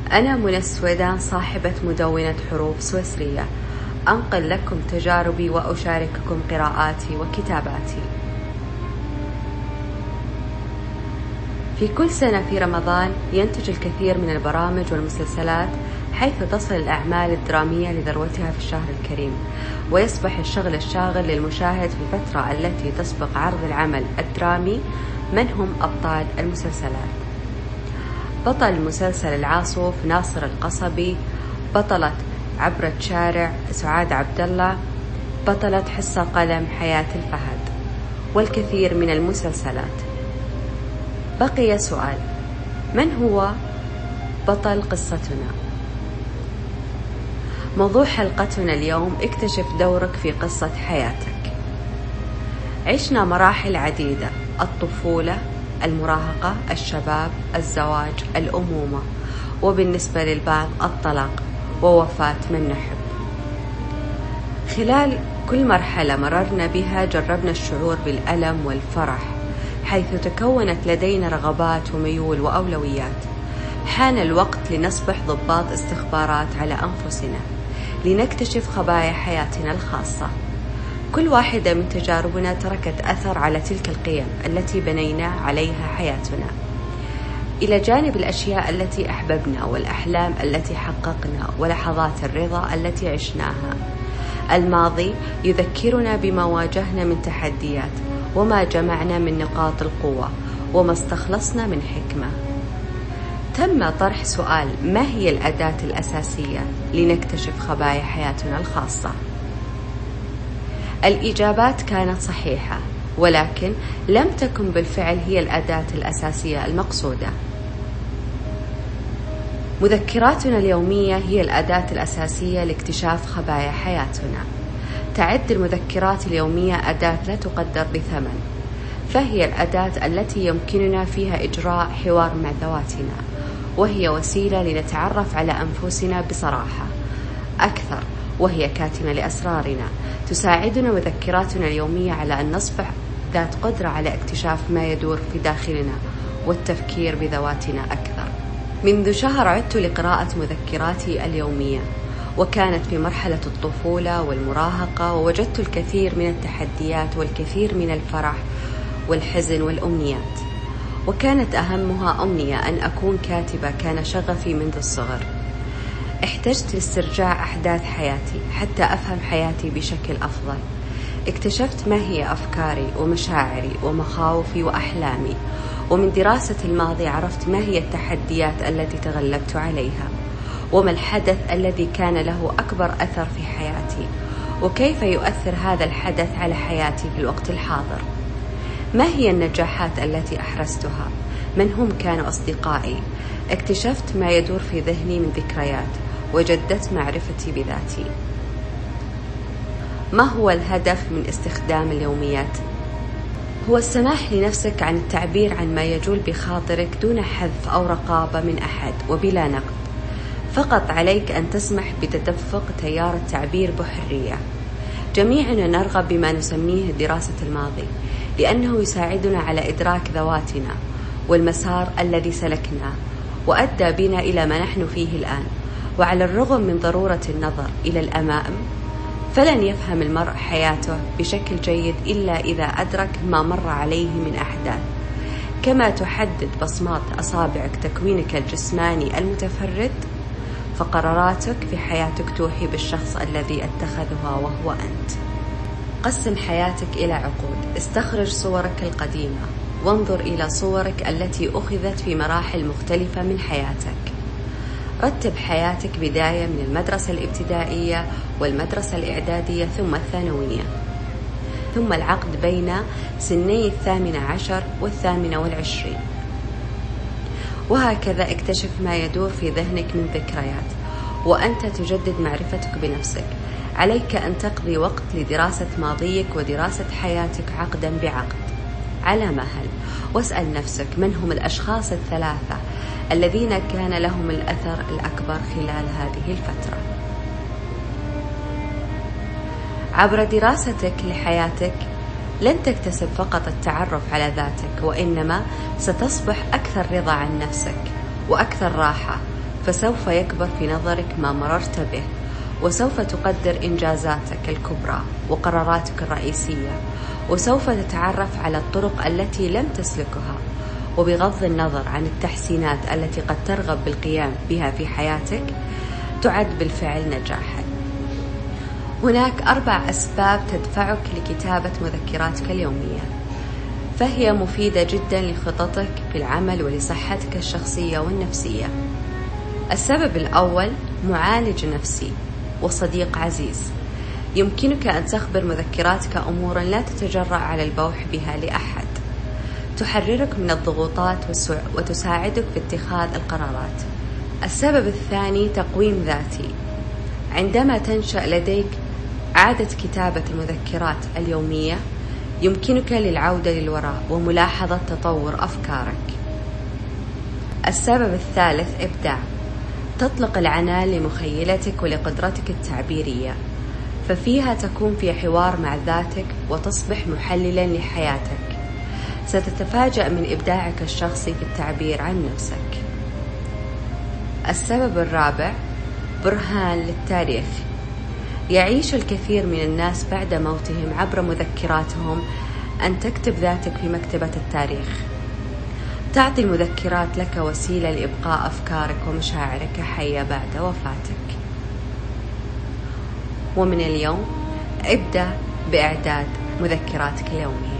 أنا منى السويدان، صاحبة مدونة حروف سويسرية، أنقل لكم تجاربي وأشارككم قراءاتي وكتاباتي. في كل سنة في رمضان ينتج الكثير من البرامج والمسلسلات، حيث تصل الأعمال الدرامية لذروتها في الشهر الكريم، ويصبح الشغل الشاغل للمشاهد في الفترة التي تسبق عرض العمل الدرامي من هم أبطال المسلسلات. بطل مسلسل العاصف ناصر القصبي، بطلة عبرة شارع سعاد عبد الله، بطلة حصة قلم حياة الفهد، والكثير من المسلسلات. بقي سؤال: من هو بطل قصتنا؟ موضوع حلقتنا اليوم: اكتشف دورك في قصة حياتك. عشنا مراحل عديدة: الطفولة، المراهقة، الشباب، الزواج، الأمومة، وبالنسبة للبعض الطلاق ووفاة من نحب. خلال كل مرحلة مررنا بها جربنا الشعور بالألم والفرح، حيث تكونت لدينا رغبات وميول وأولويات. حان الوقت لنصبح ضباط استخبارات على أنفسنا، لنكتشف خبايا حياتنا الخاصة. كل واحدة من تجاربنا تركت أثر على تلك القيم التي بنينا عليها حياتنا، إلى جانب الأشياء التي أحببنا والأحلام التي حققنا ولحظات الرضا التي عشناها. الماضي يذكرنا بما واجهنا من تحديات، وما جمعنا من نقاط القوة، وما استخلصنا من حكمة. تم طرح سؤال: ما هي الأداة الأساسية لنكتشف خبايا حياتنا الخاصة؟ الإجابات كانت صحيحة، ولكن لم تكن بالفعل هي الأداة الأساسية المقصودة. مذكراتنا اليومية هي الأداة الأساسية لاكتشاف خبايا حياتنا. تعد المذكرات اليومية أداة لا تقدر بثمن، فهي الأداة التي يمكننا فيها إجراء حوار مع ذواتنا، وهي وسيلة لنتعرف على أنفسنا بصراحة أكثر، وهي كاتمة لأسرارنا. تساعدنا مذكراتنا اليومية على أن نصبح ذات قدرة على اكتشاف ما يدور في داخلنا والتفكير بذواتنا أكثر. منذ شهر عدت لقراءة مذكراتي اليومية، وكانت في مرحلة الطفولة والمراهقة، ووجدت الكثير من التحديات والكثير من الفرح والحزن والأمنيات، وكانت أهمها أمنية أن أكون كاتبة كان شغفي منذ الصغر. احتجت لاسترجاع أحداث حياتي حتى أفهم حياتي بشكل أفضل. اكتشفت ما هي أفكاري ومشاعري ومخاوفي وأحلامي، ومن دراسة الماضي عرفت ما هي التحديات التي تغلبت عليها، وما الحدث الذي كان له أكبر أثر في حياتي، وكيف يؤثر هذا الحدث على حياتي في الوقت الحاضر. ما هي النجاحات التي أحرزتها؟ من هم كانوا أصدقائي؟ اكتشفت ما يدور في ذهني من ذكريات، وجددت معرفتي بذاتي. ما هو الهدف من استخدام اليوميات؟ هو السماح لنفسك عن التعبير عن ما يجول بخاطرك دون حذف أو رقابة من أحد وبلا نقد. فقط عليك أن تسمح بتدفق تيار التعبير بحرية. جميعنا نرغب بما نسميه دراسة الماضي، لأنه يساعدنا على إدراك ذواتنا والمسار الذي سلكناه وأدى بنا إلى ما نحن فيه الآن. وعلى الرغم من ضرورة النظر إلى الأمام، فلن يفهم المرء حياته بشكل جيد إلا إذا أدرك ما مر عليه من أحداث. كما تحدد بصمات أصابعك تكوينك الجسماني المتفرد، فقراراتك في حياتك توحي بالشخص الذي اتخذها وهو أنت. قسم حياتك إلى عقود. استخرج صورك القديمة، وانظر إلى صورك التي أخذت في مراحل مختلفة من حياتك. رتب حياتك بداية من المدرسة الابتدائية والمدرسة الإعدادية ثم الثانوية، ثم العقد بين سني 18 و28، وهكذا اكتشف ما يدور في ذهنك من ذكريات، وأنت تجدد معرفتك بنفسك. عليك أن تقضي وقت لدراسة ماضيك ودراسة حياتك عقدا بعقد على مهل، واسأل نفسك: من هم الأشخاص الثلاثة الذين كان لهم الأثر الأكبر خلال هذه الفترة؟ عبر دراستك لحياتك لن تكتسب فقط التعرف على ذاتك، وإنما ستصبح أكثر رضا عن نفسك وأكثر راحة، فسوف يكبر في نظرك ما مررت به، وسوف تقدر إنجازاتك الكبرى وقراراتك الرئيسية، وسوف تتعرف على الطرق التي لم تسلكها، وبغض النظر عن التحسينات التي قد ترغب بالقيام بها في حياتك تعد بالفعل نجاحا. هناك 4 أسباب تدفعك لكتابة مذكراتك اليومية، فهي مفيدة جدا لخططك في العمل ولصحتك الشخصية والنفسية. السبب الأول معالج نفسي وصديق عزيز. يمكنك أن تخبر مذكراتك أمورا لا تتجرأ على البوح بها لأحد، تحررك من الضغوطات وتساعدك في اتخاذ القرارات. السبب الثاني تقويم ذاتي. عندما تنشأ لديك عادة كتابة المذكرات اليومية يمكنك للعودة للوراء وملاحظة تطور أفكارك. السبب الثالث إبداع. تطلق العنان لمخيلتك ولقدرتك التعبيرية، ففيها تكون في حوار مع ذاتك وتصبح محللا لحياتك. ستتفاجأ من إبداعك الشخصي في التعبير عن نفسك. السبب الرابع برهان للتاريخ. يعيش الكثير من الناس بعد موتهم عبر مذكراتهم أن تكتب ذاتك في مكتبة التاريخ. تعطي المذكرات لك وسيلة لإبقاء أفكارك ومشاعرك حية بعد وفاتك. ومن اليوم ابدأ بإعداد مذكراتك اليومية.